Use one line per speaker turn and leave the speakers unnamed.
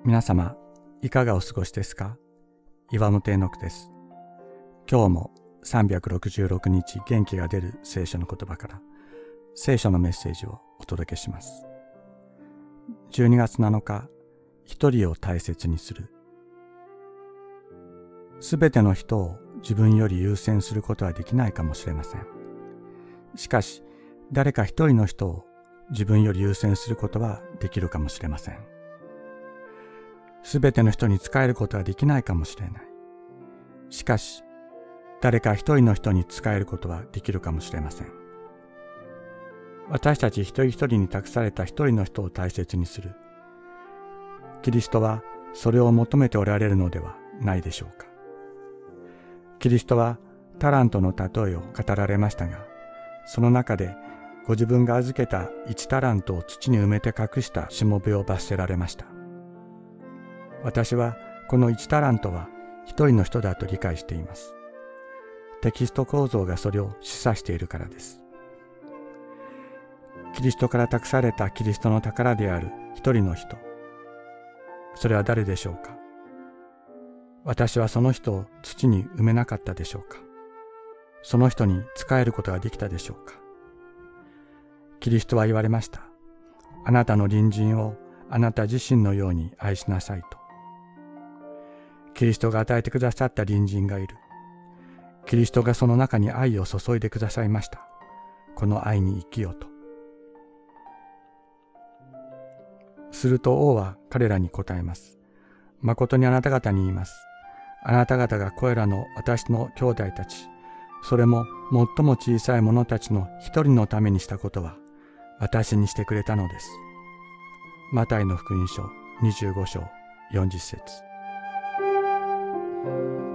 皆様、いかがお過ごしですか？岩本絵の句です。今日も366日元気が出る聖書の言葉から聖書のメッセージをお届けします。12月7日、一人を大切にする。すべての人を自分より優先することはできないかもしれません。しかし、誰か一人の人を自分より優先することはできるかもしれません。すべての人に仕えることはできないかもしれない。しかし、誰か一人の人に仕えることはできるかもしれません。私たち一人一人に託された一人の人を大切にする。キリストはそれを求めておられるのではないでしょうか。キリストはタラントの例えを語られましたが、その中でご自分が預けた1タラントを土に埋めて隠したしもべを罰せられました。私はこの1タラントは一人の人だと理解しています。テキスト構造がそれを示唆しているからです。キリストから託されたキリストの宝である一人の人。それは誰でしょうか？私はその人を土に埋めなかったでしょうか？その人に仕えることができたでしょうか？キリストは言われました。あなたの隣人をあなた自身のように愛しなさいと。キリストが与えてくださった隣人がいる。キリストがその中に愛を注いでくださいました。この愛に生きよと。すると王は彼らに答えます。誠にあなた方に言います。あなた方がこれらの私の兄弟たち、それも最も小さい者たちの一人のためにしたことは、私にしてくれたのです。マタイの福音書25章40節。